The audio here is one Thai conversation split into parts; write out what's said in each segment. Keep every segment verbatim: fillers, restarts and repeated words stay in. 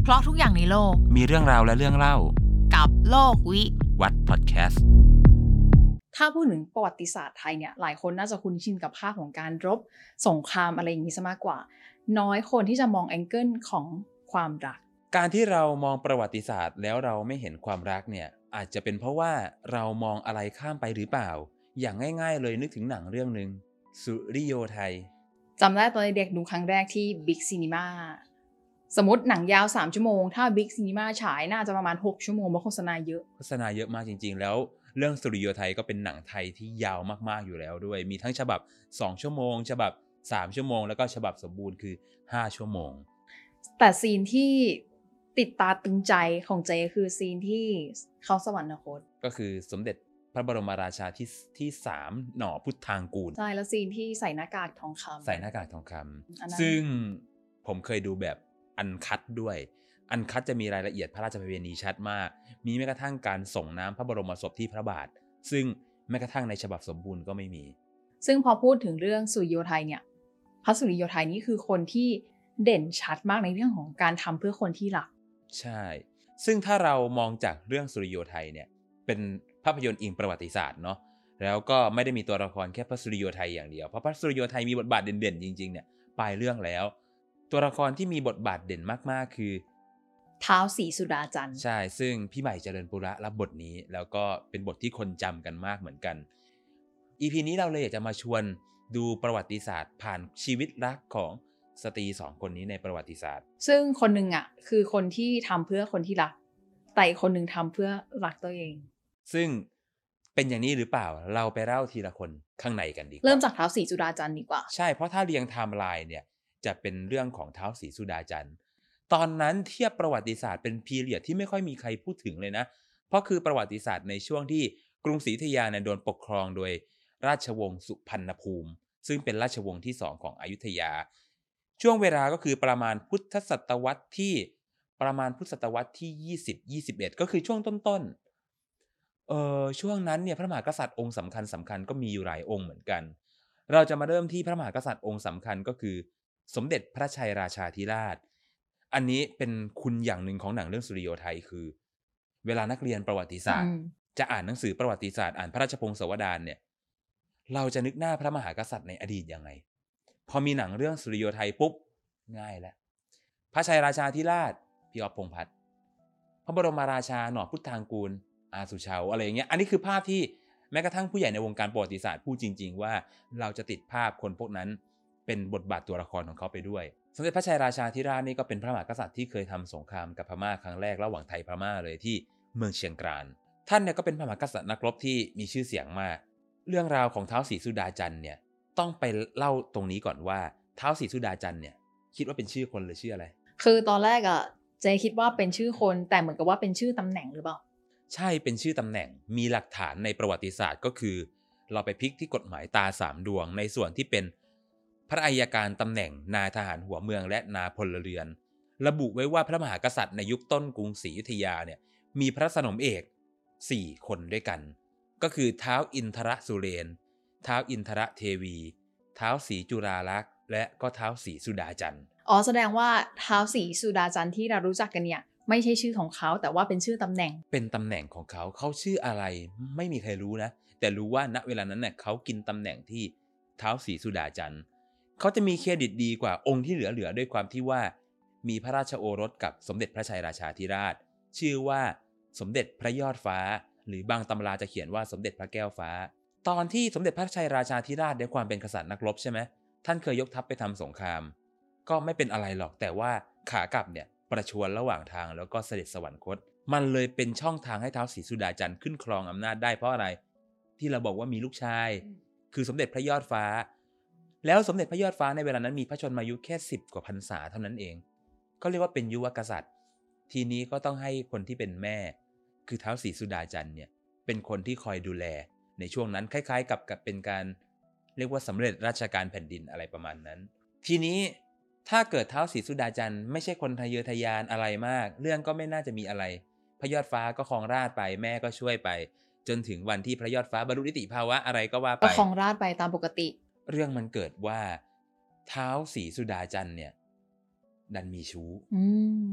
เพราะทุกอย่างในโลกมีเรื่องราวและเรื่องเล่ากับโลกวิวัฒน์พอดแคสต์ถ้าพูดถึงประวัติศาสตร์ไทยเนี่ยหลายคนน่าจะคุ้นชินกับภาพของการรบสงครามอะไรอย่างนี้ซะมากกว่าน้อยคนที่จะมองแองเกิลของความรักการที่เรามองประวัติศาสตร์แล้วเราไม่เห็นความรักเนี่ยอาจจะเป็นเพราะว่าเรามองอะไรข้ามไปหรือเปล่าอย่างง่ายๆเลยนึกถึงหนังเรื่องนึงสุริโยไทยจำได้ตอนเด็กดูครั้งแรกที่บิ๊กซีนีมาสมมติหนังยาวสามชั่วโมงถ้าบิ๊กซีนีมาฉายน่าจะประมาณหกชั่วโมงเพราะโฆษณาเยอะโฆษณาเยอะมากจริงๆแล้วเรื่องสุริโยไทยก็เป็นหนังไทยที่ยาวมากๆอยู่แล้วด้วยมีทั้งฉบับสองชั่วโมงฉบับสามชั่วโมงแล้วก็ฉบับสมบูรณ์คือห้าชั่วโมงแต่ซีนที่ติดตาตึงใจของเจคือซีนที่เขาสวรรคตก็คือสมเด็จพระบรมราชาที่ที่สามหน่อพุทธางกูลใช่แล้วซีนที่ใส่หน้ากากทองคำใส่หน้ากากทองคำซึ่งผมเคยดูแบบอันคัตด้วยอันคัตจะมีรายละเอียดพระราชประเพณีชัดมากมีแม้กระทั่งการส่งน้ำพระบรมศพที่พระบาทซึ่งแม้กระทั่งในฉบับสมบูรณ์ก็ไม่มีซึ่งพอพูดถึงเรื่องสุริโยไทยเนี่ยพระสุริโยไทยนี่คือคนที่เด่นชัดมากในเรื่องของการทำเพื่อคนที่รักใช่ซึ่งถ้าเรามองจากเรื่องสุริโยไทยเนี่ยเป็นภาพยนตร์อิงประวัติศาสตร์เนาะแล้วก็ไม่ได้มีตัวละครแค่พระสุริโยไทยอย่างเดียวเพราะพระสุริโยไทยมีบทบาทเด่นๆจริงๆเนี่ยปลายเรื่องแล้วตัวละครที่มีบทบาทเด่นมากๆคือท้าวศรีสุดาจันทร์ใช่ซึ่งพี่ใหม่เจริญปุระรับบทนี้แล้วก็เป็นบทที่คนจำกันมากเหมือนกัน อี พี นี้เราเลยอยากจะมาชวนดูประวัติศาสตร์ผ่านชีวิตรักของสตรีสองคนนี้ในประวัติศาสตร์ซึ่งคนหนึ่งอ่ะคือคนที่ทำเพื่อคนที่รักแต่อีกคนหนึ่งทำเพื่อรักตัวเองซึ่งเป็นอย่างนี้หรือเปล่าเราไปเล่าทีละคนข้างในกันดีกว่าเริ่มจากท้าวศรีสุดาจันทร์ดีกว่าใช่เพราะถ้าเรียงไทม์ไลน์เนี่ยจะเป็นเรื่องของท้าวศรีสุดาจันทร์ตอนนั้นเทียบประวัติศาสตร์เป็นพีเรียดที่ไม่ค่อยมีใครพูดถึงเลยนะเพราะคือประวัติศาสตร์ในช่วงที่กรุงศรีอยุธยาเนี่ยโดนปกครองโดยราชวงศ์สุพรรณภูมิซึ่งเป็นราชวงศ์ที่สองของอยุธยาช่วงเวลาก็คือประมาณพุทธศตวรรษที่ประมาณพุทธศตวรรษที่ยี่สิบ ยี่สิบเอ็ดก็คือช่วงต้นๆเอ่อช่วงนั้นเนี่ยพระมหากษัตริย์องค์สำคัญสำคัญก็มีอยู่หลายองค์เหมือนกันเราจะมาเริ่มที่พระมหากษัตริย์องค์สำคัญก็คือสมเด็จพระชัยราชาธิราชอันนี้เป็นคุณอย่างหนึ่งของหนังเรื่องสุริโยไทยคือเวลานักเรียนประวัติศาสตร์จะอ่านหนังสือประวัติศาสตร์อ่านพระราชพงศาวดารเนี่ยเราจะนึกหน้าพระมหากษัตริย์ในอดีตยังไงพอมีหนังเรื่องสุริโยไทยปุ๊บง่ายแล้วพระชัยราชาธิราชพี่อ๊อฟพงษ์พัฒน์พระบรมราชาหน่อพุทธางกูลอาสุชาวอะไรอย่างเงี้ยอันนี้คือภาพที่แม้กระทั่งผู้ใหญ่ในวงการประวัติศาสตร์พูดจริงๆว่าเราจะติดภาพคนพวกนั้นเป็นบทบาทตัวละครของเขาไปด้วยสมเด็จพระชัยราชาธิราชนี่ก็เป็นพระมหากษัตริย์ที่เคยทำสงครามกับพม่าครั้งแรกระหว่างไทยพม่าเลยที่เมืองเชียงกรานท่านเนี่ยก็เป็นพระมหากษัตริย์นักรบที่มีชื่อเสียงมากเรื่องราวของท้าวศรีสุดาจันทร์เนี่ยต้องไปเล่าตรงนี้ก่อนว่าท้าวศรีสุดาจันทร์เนี่ยคิดว่าเป็นชื่อคนหรือชื่ออะไรคือตอนแรกอะเจคิดว่าเป็นชื่อคนแต่เหมือนกับว่าเป็นชื่อตำแหน่งหรือเปล่าใช่เป็นชื่อตำแหน่งมีหลักฐานในประวัติศาสตร์ก็คือเราไปพลิกที่กฎหมายตาสามดวงในส่วนที่เป็นพระอัยการตำแหน่งนายทหารหัวเมืองและนาพลเรือนระบุไว้ว่าพระมหากษัตริย์ในยุคต้นกรุงศรีอยุธยาเนี่ยมีพระสนมเอกสี่คนด้วยกันก็คือท้าวอินทรสุเรนท้าวอินทรเทวีท้าวศรีจุฬาลักษณ์และก็ท้าวศรีสุดาจันทร์อ๋อแสดงว่าท้าวศรีสุดาจันทร์ที่เรารู้จักกันเนี่ยไม่ใช่ชื่อของเขาแต่ว่าเป็นชื่อตำแหน่งเป็นตำแหน่งของเขาเขาชื่ออะไรไม่มีใครรู้นะแต่รู้ว่าณเวลานั้นเนี่ยเขากินตำแหน่งที่ท้าวศรีสุดาจันทร์เขาจะมีเครดิตดีกว่าองค์ที่เหลือๆด้วยความที่ว่ามีพระราชโอรสกับสมเด็จพระชัยราชาธิราชชื่อว่าสมเด็จพระยอดฟ้าหรือบางตำราจะเขียนว่าสมเด็จพระแก้วฟ้าตอนที่สมเด็จพระชัยราชาธิราชด้วยความเป็นกษัตริย์นักรบใช่ไหมท่านเคยยกทัพไปทำสงครามก็ไม่เป็นอะไรหรอกแต่ว่าขากลับเนี่ยประชวรระหว่างทางแล้วก็เสด็จสวรรคตมันเลยเป็นช่องทางให้ท้าวศรีสุดาจันทร์ขึ้นครองอำนาจได้เพราะอะไรที่เราบอกว่ามีลูกชายคือสมเด็จพระยอดฟ้าแล้วสมเด็จพระยอดฟ้าในเวลานั้นมีพระชนมายุแค่สิบกว่าพรรษาเท่านั้นเองก็เรียกว่าเป็นยุวกษัตริย์ทีนี้ก็ต้องให้คนที่เป็นแม่คือท้าวศรีสุดาจันทร์เนี่ยเป็นคนที่คอยดูแลในช่วงนั้นคล้ายๆกับกับเป็นการเรียกว่าสำเร็จราชการแผ่นดินอะไรประมาณนั้นทีนี้ถ้าเกิดท้าวศรีสุดาจันทร์ไม่ใช่คนทะเยอทะยานอะไรมากเรื่องก็ไม่น่าจะมีอะไรพระยอดฟ้าก็ครองราชย์ไปแม่ก็ช่วยไปจนถึงวันที่พระยอดฟ้าบรรลุนิติภาวะอะไรก็ว่าไปก็ครองราชย์ไปตามปกติเรื่องมันเกิดว่าท้าวศรีสุดาจันทร์เนี่ยดันมีชู้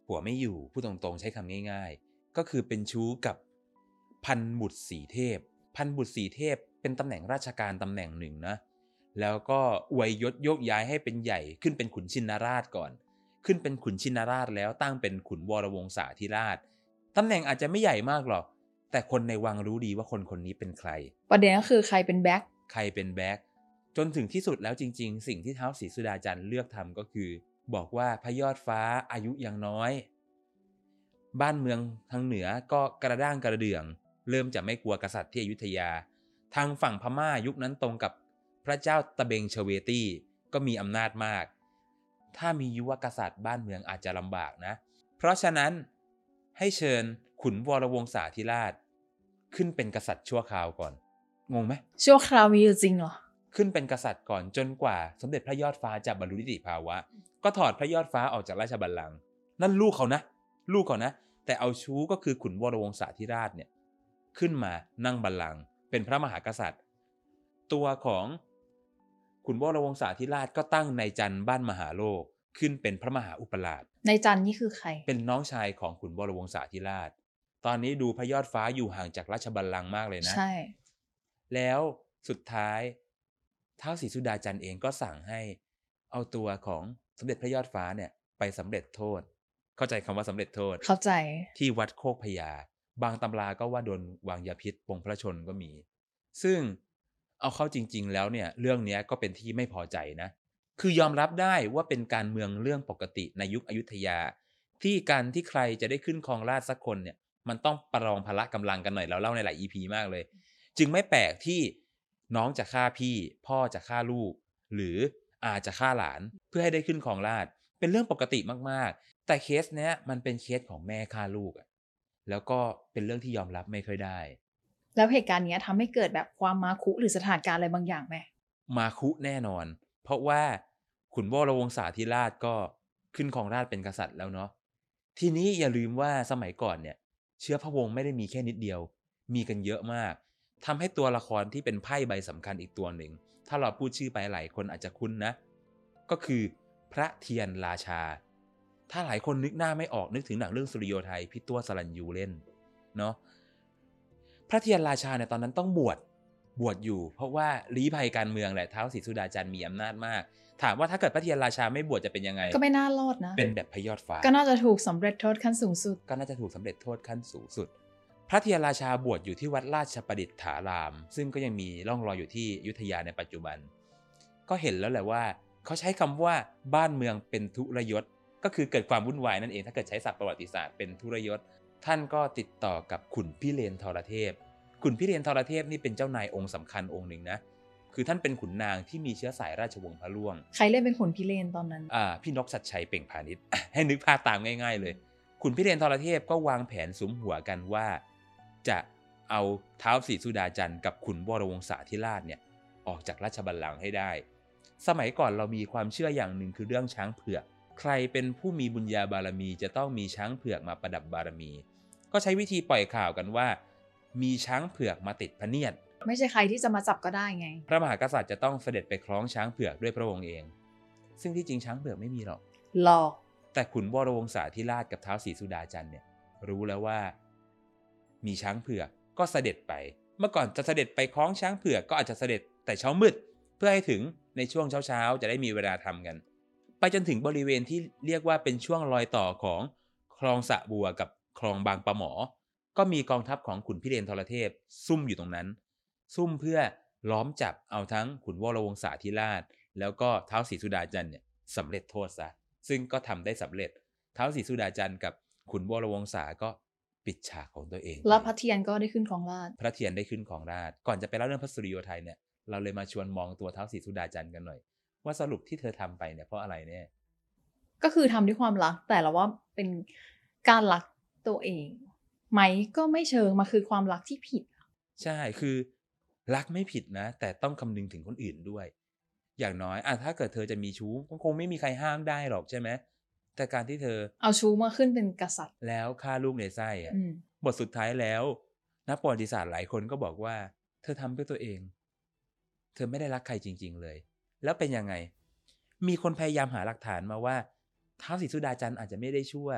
ผัวไม่อยู่พูดตรงๆใช้คำง่ายๆก็คือเป็นชู้กับพันบุตรสีเทพพันบุตรสีเทพเป็นตำแหน่งราชการตำแหน่งหนึ่งนะแล้วก็อวยยศโยกย้ายให้เป็นใหญ่ขึ้นเป็นขุนชินราชก่อนขึ้นเป็นขุนชินราชแล้วตั้งเป็นขุนวรวงศาธิราชตำแหน่งอาจจะไม่ใหญ่มากหรอกแต่คนในวังรู้ดีว่าคนคนนี้เป็นใครประเด็นก็คือใครเป็นแบ็คใครเป็นแบ็คจนถึงที่สุดแล้วจริงๆสิ่งที่ท้าวศรีสุดาจันทร์เลือกทำก็คือบอกว่าพระยอดฟ้าอายุยังน้อยบ้านเมืองทางเหนือก็กระด้างกระเดื่องเริ่มจะไม่กลัวกษัตริย์ที่อยุธยาทางฝั่งพม่ายุคนั้นตรงกับพระเจ้าตะเบงชเวตี้ก็มีอำนาจมากถ้ามียุวกษัตริย์บ้านเมืองอาจจะลำบากนะเพราะฉะนั้นให้เชิญขุนวรวงศาธิราชขึ้นเป็นกษัตริย์ชั่วคราวก่อนงงไหมชั่วคราวมีอยู่จริงเหรอขึ้นเป็นกษัตริย์ก่อนจนกว่าสมเด็จพระยอดฟ้าจะบรรลุนิติภาวะก็ถอดพระยอดฟ้าออกจากราชบัลลังก์นั่นลูกเขานะลูกเขานะแต่เอาชู้ก็คือขุนวรวงศาธิราชเนี่ยขึ้นมานั่งบัลลังก์เป็นพระมหากษัตริย์ตัวของขุนวรวงศาธิราชก็ตั้งนายจันทร์บ้านมหาโลกขึ้นเป็นพระมหาอุปราชนายจันทร์นี่คือใครเป็นน้องชายของขุนวรวงศาธิราชตอนนี้ดูพระยอดฟ้าอยู่ห่างจากราชบัลลังก์มากเลยนะใช่แล้วสุดท้ายท้าวศรีสุดาจันทร์เองก็สั่งให้เอาตัวของสมเด็จพระยอดฟ้าเนี่ยไปสำเร็จโทษเข้าใจคำว่าสำเร็จโทษเข้าใจที่วัดโคกพญาบางตำราก็ว่าโดนวางยาพิษปงพระชนก็มีซึ่งเอาเข้าจริงๆแล้วเนี่ยเรื่องนี้ก็เป็นที่ไม่พอใจนะคือยอมรับได้ว่าเป็นการเมืองเรื่องปกติในยุคอยุธยาที่การที่ใครจะได้ขึ้นครองราชย์สักคนเนี่ยมันต้องประลองพละกำลังกันหน่อยเราเล่าในหลาย อี พี มากเลยจึงไม่แปลกที่น้องจะฆ่าพี่พ่อจะฆ่าลูกหรืออาจจะฆ่าหลานเพื่อให้ได้ขึ้นครองราชย์เป็นเรื่องปกติมากๆแต่เคสเนี้ยมันเป็นเคสของแม่ฆ่าลูกอ่ะแล้วก็เป็นเรื่องที่ยอมรับไม่ค่อยได้แล้วเหตุการณ์นี้ทำให้เกิดแบบความมาคุหรือสถานการณ์อะไรบางอย่างไหมมาคุแน่นอนเพราะว่าขุนวรวงศาธิราชก็ขึ้นครองราชย์เป็นกษัตริย์แล้วเนาะทีนี้อย่าลืมว่าสมัยก่อนเนี่ยเชื้อพระวงศ์ไม่ได้มีแค่นิดเดียวมีกันเยอะมากทำให้ตัวละครที่เป็นไพ่ใบสำคัญอีกตัวหนึ่งถ้าเราพูดชื่อไปหลายคนอาจจะคุ้นนะก็คือพระเทียนราชาถ้าหลายคนนึกหน้าไม่ออกนึกถึงหนังเรื่องสุริโยไทยพี่ตัวสรัญยูเล่นเนาะพระเทียนราชาเนี่ยตอนนั้นต้องบวชบวชอยู่เพราะว่าลี้ภัยการเมืองแหละท้าวศรีสุดาจันทร์มีอำนาจมากถามว่าถ้าเกิดพระเทียนราชาไม่บวชจะเป็นยังไงก็ไม่น่ารอดนะเป็นแบบพระยอดฟ้าก็น่าจะถูกสำเร็จโทษขั้นสูงสุดก็น่าจะถูกสำเร็จโทษขั้นสูงสุดพระเทียนราชาบวชอยู่ที่วัดราชประดิษฐารามซึ่งก็ยังมีร่องรอยอยู่ที่อยุธยาในปัจจุบันก็เห็นแล้วแหละว่าเขาใช้คำว่าบ้านเมืองเป็นทุรยศก็คือเกิดความวุ่นวายนั่นเองถ้าเกิดใช้ศัพท์ประวัติศาสตร์เป็นทุรยศท่านก็ติดต่อกับขุนพิเรนทรเทพขุนพิเรนทรเทพนี่เป็นเจ้านายองค์สำคัญองค์หนึ่งนะคือท่านเป็นขุนนางที่มีเชื้อสายราชวงศ์พระล่วงใครเล่นเป็นขุนพิเรนตอนนั้นอ่าพี่นกชัดชัยเป่งพาณิชย์ ให้นึกภาพตามง่ายๆเลยขุนพิเรนทรเทพก็วางแผนสุมหัวกันว่าจะเอาท้าวศรีสุดาจันทร์กับขุนวรวงศาธิราชเนี่ยออกจากราชบัลลังก์ให้ได้สมัยก่อนเรามีความเชื่ออย่างหนึ่งคือเรื่องช้างเผือกใครเป็นผู้มีบุญญาบารมีจะต้องมีช้างเผือกมาประดับบารมีก็ใช้วิธีปล่อยข่าวกันว่ามีช้างเผือกมาติดพระเนียดไม่ใช่ใครที่จะมาจับก็ได้ไงพระมหากษัตริย์จะต้องเสด็จไปคล้องช้างเผือกด้วยพระองค์เองซึ่งที่จริงช้างเผือกไม่มีหรอกหลอกแต่ขุนวรวงศาธิราชกับท้าวศรีสุดาจันทร์เนี่ยรู้แล้วว่ามีช้างเผือกก็เสด็จไปเมื่อก่อนจะเสด็จไปคล้องช้างเผือกก็อาจจะเสด็จแต่เช้ามืดเพื่อให้ถึงในช่วงเช้าๆจะได้มีเวลาทำกันไปจนถึงบริเวณที่เรียกว่าเป็นช่วงรอยต่อของคลองสะบัวกับคลองบางปะหมอก็มีกองทัพของขุนพิเรนทรเทพซุ่มอยู่ตรงนั้นซุ่มเพื่อล้อมจับเอาทั้งขุนวรวงศาธิราชแล้วก็ท้าวศรีสุดาจันทร์เนี่ยสำเร็จโทษซะซึ่งก็ทำได้สำเร็จท้าวศรีสุดาจันทร์กับขุนวรวงศาก็ปิดฉากของตัวเองแล้วพระเทียนก็ได้ขึ้นครองราชย์พระเทียนได้ขึ้นครองราชย์ก่อนจะไปเล่าเรื่องพระสุริโยไทยเนี่ยเราเลยมาชวนมองตัวท้าวศรีสุดาจันทร์กันหน่อยว่าสรุปที่เธอทำไปเนี่ยเพราะอะไรเนี่ยก็คือทำด้วยความรักแต่เราว่าเป็นการรักตัวเองไหมก็ไม่เชิงมาคือความรักที่ผิดใช่คือรักไม่ผิดนะแต่ต้องคำนึงถึงคนอื่นด้วยอย่างน้อยอ่ะถ้าเกิดเธอจะมีชู้ก็คงไม่มีใครห้ามได้หรอกใช่ไหมแต่การที่เธอเอาชู้มาขึ้นเป็นกษัตริย์แล้วฆ่าลูกในไส้อ่ะบทสุดท้ายแล้วนักประวัติศาสตร์หลายคนก็บอกว่าเธอทำเพื่อตัวเองเธอไม่ได้รักใครจริงๆเลยแล้วเป็นยังไงมีคนพยายามหาหลักฐานมาว่าท้าวศรีสุดาจันทร์อาจจะไม่ได้ชั่ว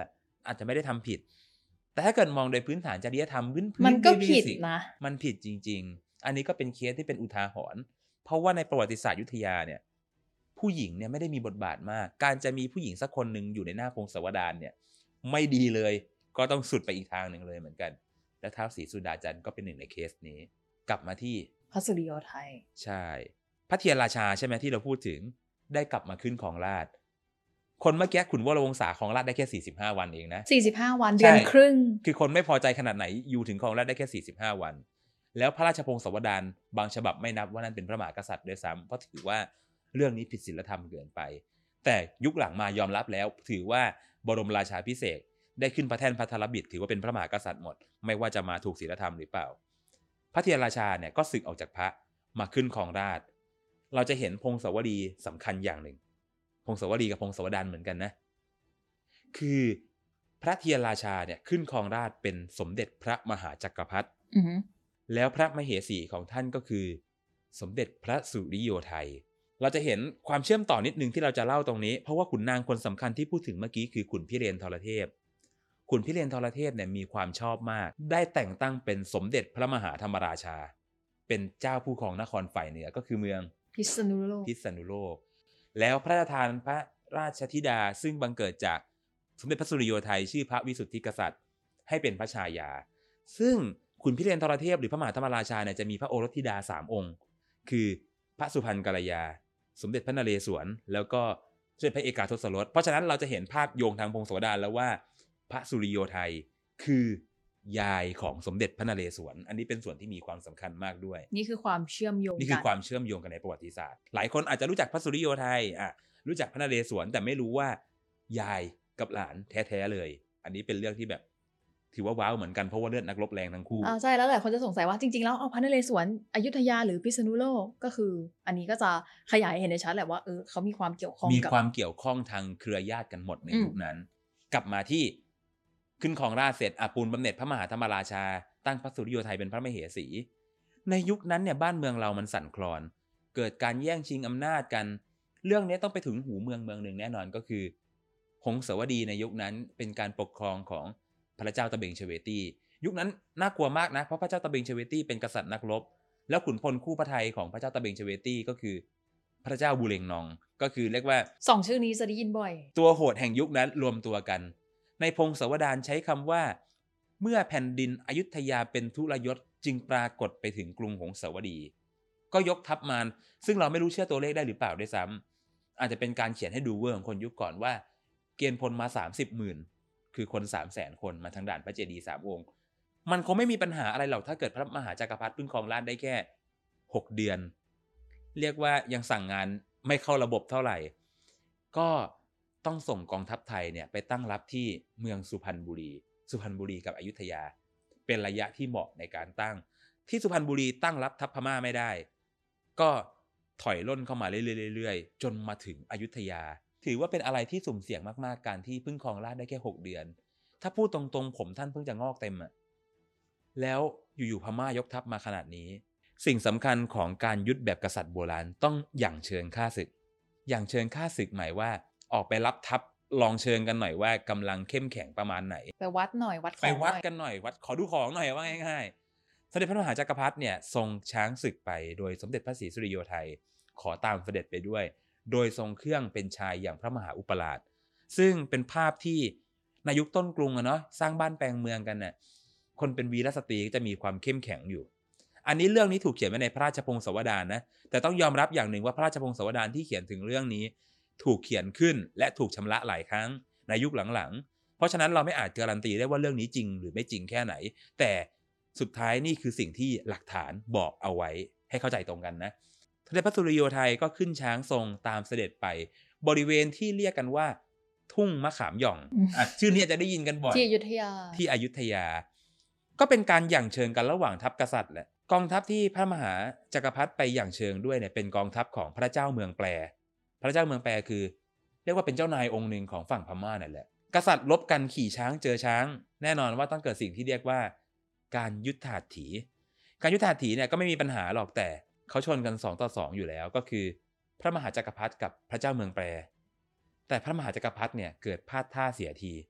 อาจจะไม่ได้ทำผิดแต่ถ้าเกิดมองโดยพื้นฐานจริยธรรมพื้นพื้นมันก็ผิด basic นะมันผิดจริงๆอันนี้ก็เป็นเคสที่เป็นอุทาหรณ์เพราะว่าในประวัติศาสตร์อยุธยาเนี่ยผู้หญิงเนี่ยไม่ได้มีบทบาทมากการจะมีผู้หญิงสักคนหนึ่งอยู่ในหน้าพงศาวดารเนี่ยไม่ดีเลยก็ต้องสุดไปอีกทางหนึ่งเลยเหมือนกันและท้าวศรีสุดาจันทร์ก็เป็นหนึ่งในเคสนี้กลับมาที่พระสุริโยไทยใช่พระเทียรราชาใช่ไหมที่เราพูดถึงได้กลับมาขึ้นครองราชย์คนเมื่อกี้ขุนวรวงศาครองราชย์ได้แค่สี่สิบห้าวันเองนะสี่สิบห้าวันเดือนครึ่งคือคนไม่พอใจขนาดไหนอยู่ถึงครองราชย์ได้แค่สี่สิบห้าวันแล้วพระราชพงศาวดารบางฉบับไม่นับว่านั่นเป็นพระมหากษัตริย์ด้วยซ้ำเพราะถือว่าเรื่องนี้ผิดศีลธรรมเกินไปแต่ยุคหลังมายอมรับแล้วถือว่าบรมราชาภิเษกได้ขึ้นพระแท่นพัทรบิดถือว่าเป็นพระมหากษัตริย์หมดไม่ว่าจะมาถูกศีลธรรมหรือเปล่าพระเทียรราชาเนี่ยก็สึกออกจากพระมาขึ้นครองราชย์เราจะเห็นพงศาวดีสำคัญอย่างหนึ่งพงศาวดีกับพงศาวดารเหมือนกันนะคือพระเทียรราชาเนี่ยขึ้นครองราชย์เป็นสมเด็จพระมหาจักรพรรดิแล้วพระมเหสีของท่านก็คือสมเด็จพระสุริโยไทยเราจะเห็นความเชื่อมต่อนิดนึงที่เราจะเล่าตรงนี้เพราะว่าขุนนางคนสำคัญที่พูดถึงเมื่อกี้คือขุนพิเรนทรเทพขุนพิเรนทรเทพเนี่ยมีความชอบมากได้แต่งตั้งเป็นสมเด็จพระมหาธรรมราชาเป็นเจ้าผู้ครองนครฝ่ายเหนือก็คือเมืองพิษณุโลกพิษณุโลกแล้วพระราชทานพระราชธิดาซึ่งบังเกิดจากสมเด็จพระสุริโยไทยชื่อพระวิสุทธิกษัตริย์ให้เป็นพระชายาซึ่งขุนพิเรนทรเทพหรือพระมหาธรรมราชาเนี่ยจะมีพระโอรสธิดาสามองค์คือพระสุพรรณกัลยาสมเด็จพระนเรศวรแล้วก็สมเด็จพระเอกาทศรสเพราะฉะนั้นเราจะเห็นภาพโยงทางพงศาวดารแล้วว่าพระสุริโยไทยคือยายของสมเด็จพระนเรศวรอันนี้เป็นส่วนที่มีความสำคัญมากด้วยนี่คือความเชื่อมโยงนี่คือความเชื่อมโยงกันในประวัติศาสตร์หลายคนอาจจะรู้จักพระสุริโยไทยอ่ะรู้จักพระนเรศวรแต่ไม่รู้ว่ายายกับหลานแท้ๆเลยอันนี้เป็นเรื่องที่แบบถือว่าว้าวเหมือนกันเพราะว่าเลือดนักรบแรงทั้งคู่อ่าใช่แล้วหลายคนจะสงสัยว่าจริงๆแล้วเอาพระนเรศวรอยุธยาหรือพิษณุโลกก็คืออันนี้ก็จะขยายเห็นได้ชัดแหละว่าเออเขามีความเกี่ยวข้องมีความเกี่ยวข้องทางเครือญาติกันหมดในยุคนั้นกลับมาที่ขึ้นครองราชย์เสร็จอาปูนบำเหน็จพระมหาธรรมราชาตั้งพระสุริโยไทยเป็นพระมเหสีในยุคนั้นเนี่ยบ้านเมืองเรามันสั่นคลอนเกิดการแย่งชิงอำนาจกันเรื่องนี้ต้องไปถึงหูเมืองเมืองหนึ่งแน่นอนก็คือหงสาวดีในยุคนั้นเป็นการปกครองของพระเจ้าตะเบงเชเวตี้ยุคนั้นน่ากลัวมากนะเพราะพระเจ้าตะเบงเชเวตี้เป็นกษัตริย์นักรบแล้วขุนพลคู่พระทัยของพระเจ้าตะเบงเชเวตี้ก็คือพระเจ้าบูเรงนองก็คือเรียกว่าสองชื่อนี้จะได้ยินบ่อยตัวโหดแห่งยุคนั้นรวมตัวกันในพงศาวดารใช้คำว่าเมื่อแผ่นดินอยุธยาเป็นทุรยศจึงปรากฏไปถึงกรุงหงสาวดีก็ยกทัพมาซึ่งเราไม่รู้เชื่อตัวเลขได้หรือเปล่าด้วยซ้ำอาจจะเป็นการเขียนให้ดูเวอร์ของคนยุคก่อนว่าเกณฑ์พลมาสามสิบหมื่นคือคน สามแสน คนมาทางด่านพระเจดีย์สามองค์มันคงไม่มีปัญหาอะไรหรอกถ้าเกิดพระมหาจักรพรรดิพึ่งครองราชย์ได้แค่หกเดือนเรียกว่ายังสั่งงานไม่เข้าระบบเท่าไหร่ก็ต้องส่งกองทัพไทยเนี่ยไปตั้งรับที่เมืองสุพรรณบุรีสุพรรณบุรีกับอยุธยาเป็นระยะที่เหมาะในการตั้งที่สุพรรณบุรีตั้งรับทัพพม่าไม่ได้ก็ถอยล่นเข้ามาเรื่อยๆจนมาถึงอยุธยาถือว่าเป็นอะไรที่สุ่มเสี่ยงมากๆการที่พึ่งครองราชย์ได้แค่หกเดือนถ้าพูดตรงๆผมท่านเพิ่งจะงอกเต็มอ่ะแล้วอยู่ๆพม่ายกทัพมาขนาดนี้สิ่งสำคัญของการยุดแบบกษัตริย์โบราณต้องหยั่งเชิญข้าศึกหยั่งเชิญข้าศึกหมายว่าออกไปรับทัพลองเชิญกันหน่อยว่ากำลังเข้มแข็งประมาณไหนไปวัดหน่อยวัดของไปวัดกันหน่อยวัดขอดูของหน่อยว่าง่ายๆสมเด็จพระมหาจักรพรรดิเนี่ยทรงช้างศึกไปโดยสมเด็จพระศรีสุริโยไทยขอตามเสด็จไปด้วยโดยทรงเครื่องเป็นชายอย่างพระมหาอุปราชซึ่งเป็นภาพที่ในยุคต้นกรุงอะเนาะสร้างบ้านแปลงเมืองกันน่ะคนเป็นวีรสตรีจะมีความเข้มแข็งอยู่อันนี้เรื่องนี้ถูกเขียนไว้ในพระราชพงศาวดารนะแต่ต้องยอมรับอย่างหนึ่งว่าพระราชพงศาวดารที่เขียนถึงเรื่องนี้ถูกเขียนขึ้นและถูกชำระหลายครั้งในยุคหลังๆเพราะฉะนั้นเราไม่อาจการันตีได้ว่าเรื่องนี้จริงหรือไม่จริงแค่ไหนแต่สุดท้ายนี่คือสิ่งที่หลักฐานบอกเอาไว้ให้เข้าใจตรงกันนะสมเด็จพระสุริโยไทยก็ขึ้นช้างทรงตามเสด็จไปบริเวณที่เรียกกันว่าทุ่งมะขามหย่องอ่ะชื่อนี้จะได้ยินกันบ่อยที่อยุธยาที่อยุธยาก็เป็นการหยั่งเชิงกันระหว่างทัพกษัตริย์แหละกองทัพที่พระมหาจักรพรรดิไปหยั่งเชิงด้วยเนี่ยเป็นกองทัพของพระเจ้าเมืองแปรพระเจ้าเมืองแปรคือเรียกว่าเป็นเจ้านายองค์หนึ่งของฝั่งพม่านั่นแหละกษัตริย์รบกันขี่ช้างเจอช้างแน่นอนว่าต้องเกิดสิ่งที่เรียกว่าการยุทธหัตถีการยุทธหัตถีเนี่ยก็ไม่มีปัญหาหรอกแต่เขาชนกันสองต่อสองอยู่แล้วก็คือพระมหาจักรพรรดิกับพระเจ้าเมืองแปรแต่พระมหาจักรพรรดิเนี่ยเกิดพลาดท่าเสียที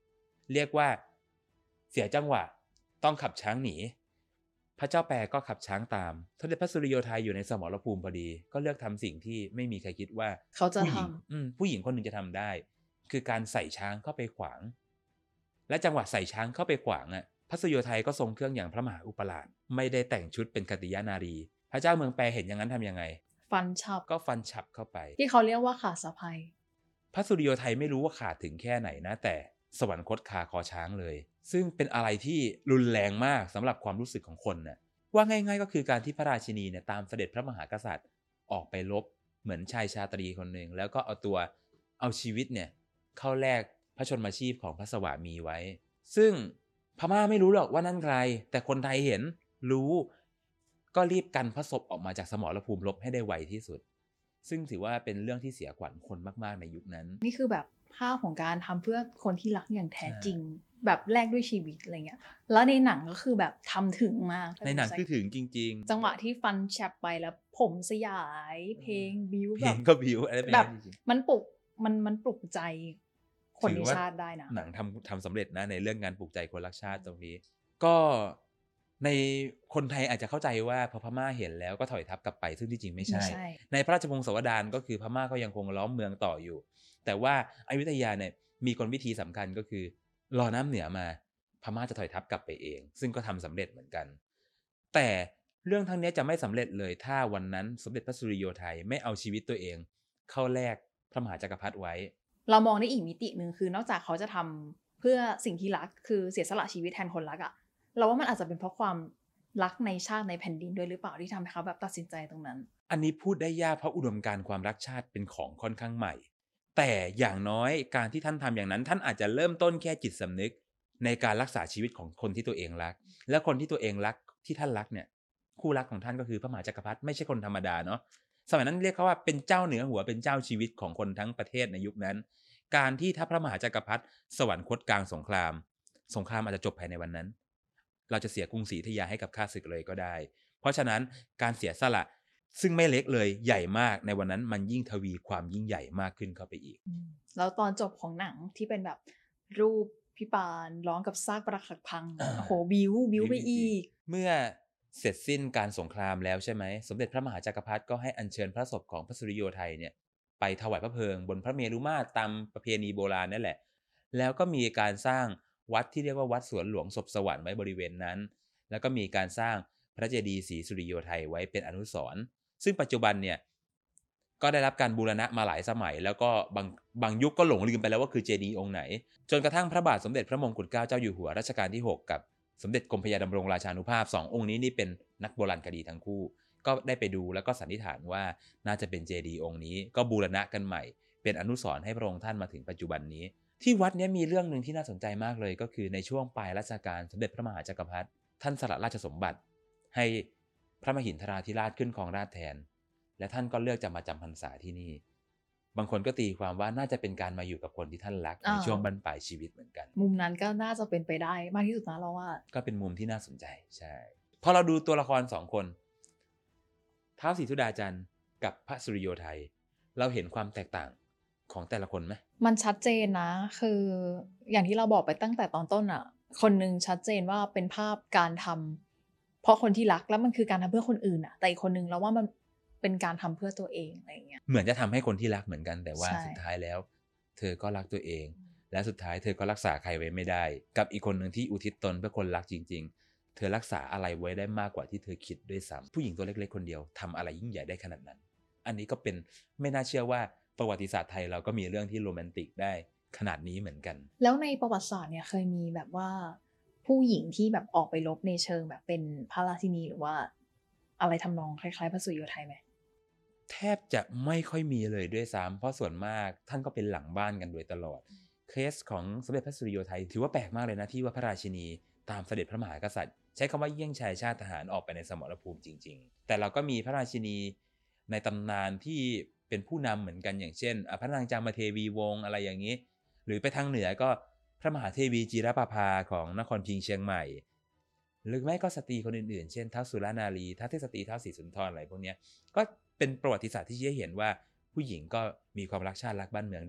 เรียกว่าเสียจังหวะต้องขับช้างหนีพระเจ้าแปรก็ขับช้างตามสมเด็จพระสุริโยไทยอยู่ในสมรภูมิพอดีก็เลือกทำสิ่งที่ไม่มีใครคิดว่าเขาจะผู้หญิงทำอืมผู้หญิงคนหนึ่งจะทำได้ คือการใส่ช้างเข้าไปขวาง และจังหวะใส่ช้างเข้าไปขวางอ่ะพระสุริโยไทยก็ทรงเครื่องอย่างพระมหาอุปราชไม่ได้แต่งชุดเป็นคติยานารี พระเจ้าเมืองแปรเห็นอย่างนั้นทำยังไงฟันฉับก็ฟันฉับเข้าไปที่เขาเรียกว่าขาสะพายพระสุริโยไทยไม่รู้ว่าขาดถึงแค่ไหนนะแต่สวรรคตคาคอช้างเลย ซึ่งเป็นอะไรที่รุนแรงมากสำหรับความรู้สึกของคนน่ะว่าง่ายๆก็คือการที่พระราชินีเนี่ยตามเสด็จพระมหากษัตริย์ออกไปรบเหมือนชายชาตรีคนหนึ่งแล้วก็เอาตัวเอาชีวิตเนี่ยเข้าแลกพระชนมาชีพของพระสวามีไว้ซึ่งพม่าไม่รู้หรอกว่านั่นใครแต่คนไทยเห็นรู้ก็รีบกันพระศพออกมาจากสมรภูมิรบให้ได้ไวที่สุดซึ่งถือว่าเป็นเรื่องที่เสียขวัญคนมากๆในยุคนั้นนี่คือแบบภาพของการทำเพื่อคนที่รักอย่างแท้จริงแบบแลกด้วยชีวิตอะไรเงี้ยแล้วในหนังก็คือแบบทำถึงมากในหนังคือถึงจริงๆจังหวะที่ฟันแชปไปแล้วผมสยายเพลงบิวแบบก็บิวอะไรแบบมันปลุกมันมันปลุกใจคนในชาติได้นะหนังทำทำสำเร็จนะในเรื่องงานปลุกใจคนรักชาติตรงนี้ก็ในคนไทยอาจจะเข้าใจว่าพอพม่าเห็นแล้วก็ถอยทัพกลับไปซึ่งที่จริงไม่ใช่ในพระราชวงศ์สวดานก็คือพม่าก็ยังคงล้อมเมืองต่ออยู่แต่ว่าอยุธยาเนี่ยมีกลวิธีสำคัญก็คือรอน้ำเหนือมาพม่าจะถอยทัพกลับไปเองซึ่งก็ทำสำเร็จเหมือนกันแต่เรื่องทั้งนี้จะไม่สำเร็จเลยถ้าวันนั้นสมเด็จพระสุริโยไทยไม่เอาชีวิตตัวเองเข้าแลกพระมหาจักรพรรดิไว้เรามองในอีกมิตินึงคือนอกจากเขาจะทำเพื่อสิ่งที่รักคือเสียสละชีวิตแทนคนรักอะเราว่ามันอาจจะเป็นเพราะความรักในชาติในแผ่นดินด้วยหรือเปล่าที่ทำให้เขาแบบตัดสินใจตรงนั้นอันนี้พูดได้ยากเพราะอุดมการณ์ความรักชาติเป็นของค่อนข้างใหม่แต่อย่างน้อยการที่ท่านทำอย่างนั้นท่านอาจจะเริ่มต้นแค่จิตสำนึกในการรักษาชีวิตของคนที่ตัวเองรักและคนที่ตัวเองรักที่ท่านรักเนี่ยคู่รักของท่านก็คือพระมหาจักรพรรดิไม่ใช่คนธรรมดาเนาะสมัยนั้นเรียกเขาว่าเป็นเจ้าเหนือหัวเป็นเจ้าชีวิตของคนทั้งประเทศในยุคนั้นการที่ถ้าพระมหาจักรพรรดิสวรรคตกลางสงครามสงครามอาจจะจบภายในวันนั้นเราจะเสียกรุงศรีอยุธยาให้กับข้าศึกเลยก็ได้เพราะฉะนั้นการเสียสละซึ่งไม่เล็กเลยใหญ่มากในวันนั้นมันยิ่งทวีความยิ่งใหญ่มากขึ้นเข้าไปอีกแล้วตอนจบของหนังที่เป็นแบบรูปพี่ปานร้องกับซากปรักหักพังโอ้โหบิวบิวไปอีกเมื่อเสร็จสิ้นการสงครามแล้วใช่ไหมสมเด็จพระมหาจักรพรรดิก็ให้อัญเชิญพระศพของพระสุริโยไทยเนี่ยไปถวายพระเพลิงบนพระเมรุมาตรตามประเพณีโบราณนั่นแหละแล้วก็มีการสร้างวัดที่เรียกว่าวัดสวนหลวงศพสวรรค์ไว้บริเวณนั้นแล้วก็มีการสร้างพระเจดีย์ศรีสุริโยไทยไว้เป็นอนุสรณ์ซึ่งปัจจุบันเนี่ยก็ได้รับการบูรณะมาหลายสมัยแล้วก็บางบางยุคก็หลงลืมไปแล้วว่าคือเจดีย์องค์ไหนจนกระทั่งพระบาทสมเด็จพระมงกุฎเกล้าเจ้าอยู่หัวรัชกาลที่หกกับสมเด็จกรมพระยาดำรงราชานุภาพสององค์นี้นี่เป็นนักโบราณคดีทั้งคู่ก็ได้ไปดูแล้วก็สันนิษฐานว่าน่าจะเป็นเจดีย์องค์นี้ก็บูรณะกันใหม่เป็นอนุสรณ์ให้พระองค์ท่านมาถึงปัจจุบันนี้ที่วัดนี้มีเรื่องนึงที่น่าสนใจมากเลยก็คือในช่วงปลายรัชกาลสมเด็จพระมหาจักรพรรดิท่านสละราชสมบัติให้พระมหินทราธิราชขึ้นครองราชย์แทนและท่านก็เลือกจะมาจำพรรษาที่นี่บางคนก็ตีความว่าน่าจะเป็นการมาอยู่กับคนที่ท่านรักในช่วงบรรปลายชีวิตเหมือนกันมุมนั้นก็น่าจะเป็นไปได้มากที่สุดนะเราว่าก็เป็นมุมที่น่าสนใจใช่พอเราดูตัวละครสองคนท้าวศรีสุดาจันทร์กับพระสุริโยไทยเราเห็นความแตกต่างของแต่ละคนไหมมันชัดเจนนะคืออย่างที่เราบอกไปตั้งแต่ตอนต้นอ่ะคนนึงชัดเจนว่าเป็นภาพการทำเพราะคนที่รักแล้วมันคือการทำเพื่อคนอื่นอ่ะแต่อีกคนนึงเราว่ามันเป็นการทำเพื่อตัวเองอะไรอย่างเงี้ยเหมือนจะทำให้คนที่รักเหมือนกันแต่ว่าสุดท้ายแล้วเธอก็รักตัวเองและสุดท้ายเธอก็รักษาใครไว้ไม่ได้กับอีกคนหนึ่งที่อุทิศตนเพื่อคนรักจริงๆเธอรักษาอะไรไว้ได้มากกว่าที่เธอคิดด้วยซ้ำผู้หญิงตัวเล็กๆคนเดียวทำอะไรยิ่งใหญ่ได้ขนาดนั้นอันนี้ก็เป็นไม่น่าเชื่อว่าประวัติศาสตร์ไทยเราก็มีเรื่องที่โรแมนติกได้ขนาดนี้เหมือนกันแล้วในประวัติศาสตร์เนี่ยเคยมีแบบว่าผู้หญิงที่แบบออกไปรบในเชิงแบบเป็นพระราชินีหรือว่าอะไรทำนองคล้ายๆพระสุริโยไทยไหมแทบจะไม่ค่อยมีเลยด้วยซ้ำเพราะส่วนมากท่านก็เป็นหลังบ้านกันโดยตลอดเคสของสมเด็จพระสุริโยไทยถือว่าแปลกมากเลยนะที่ว่าพระราชินีตามเสด็จพระมหากษัตริย์ใช้คำว่าเยี่ยงชายชาติทหารออกไปในสมรภูมิจริงๆแต่เราก็มีพระราชินีในตำนานที่เป็นผู้นำเหมือนกันอย่างเช่นพระนางจามเทวีวงศ์อะไรอย่างนี้หรือไปทางเหนือก็พระมหาเทวีจิรประภาของนครพิงค์เชียงใหม่หรือไม่ก็สตรีคนอื่นๆเช่นท้าวสุรนารีท้าวเทพสตรีท้าวศรีสุนทรอะไรพวกนี้ก็เป็นประวัติศาสตร์ที่ชี้ให้เห็นว่าผู้หญิงก็มีความรักชาติรักบ้านเมืองได้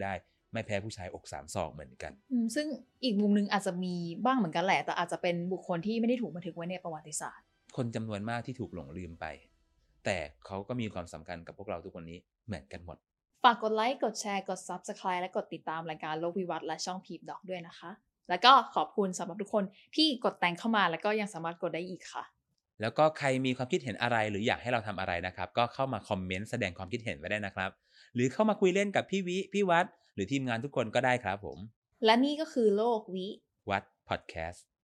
ไม่แพ้ผู้ชายอกสามศอกเหมือนกันอืมซึ่งอีกมุมหนึงอาจจะมีบ้างเหมือนกันแหละ แต่อาจจะเป็นบุคคลที่ไม่ได้ถูกบันทึกไว้ในประวัติศาสตร์คนจำนวนมากที่ถูกหลงลืมไป แต่เขาก็มีความสำคัญกับพวกเราทุกคนนี้เหมือนกันหมดฝากกดไลค์ กดแชร์ กด Subscribe และกดติดตามรายการโลกวิวัฒน์และช่อง Peep Doc ด้วยนะคะ แล้วก็ขอบคุณสำหรับทุกคนที่กดแต่งเข้ามาแล้วก็ยังสามารถกดได้อีกค่ะแล้วก็ใครมีความคิดเห็นอะไรหรืออยากให้เราทำอะไรนะครับ ก็เข้ามาคอมเมนต์แสดงความคิดเห็นไว้ได้นะครับ หรือเข้ามาคุยเล่นกับพี่วิ พี่วัด หรือทีมงานทุกคนก็ได้ครับผมและนี่ก็คือโลกวิวัดพอดแคสต์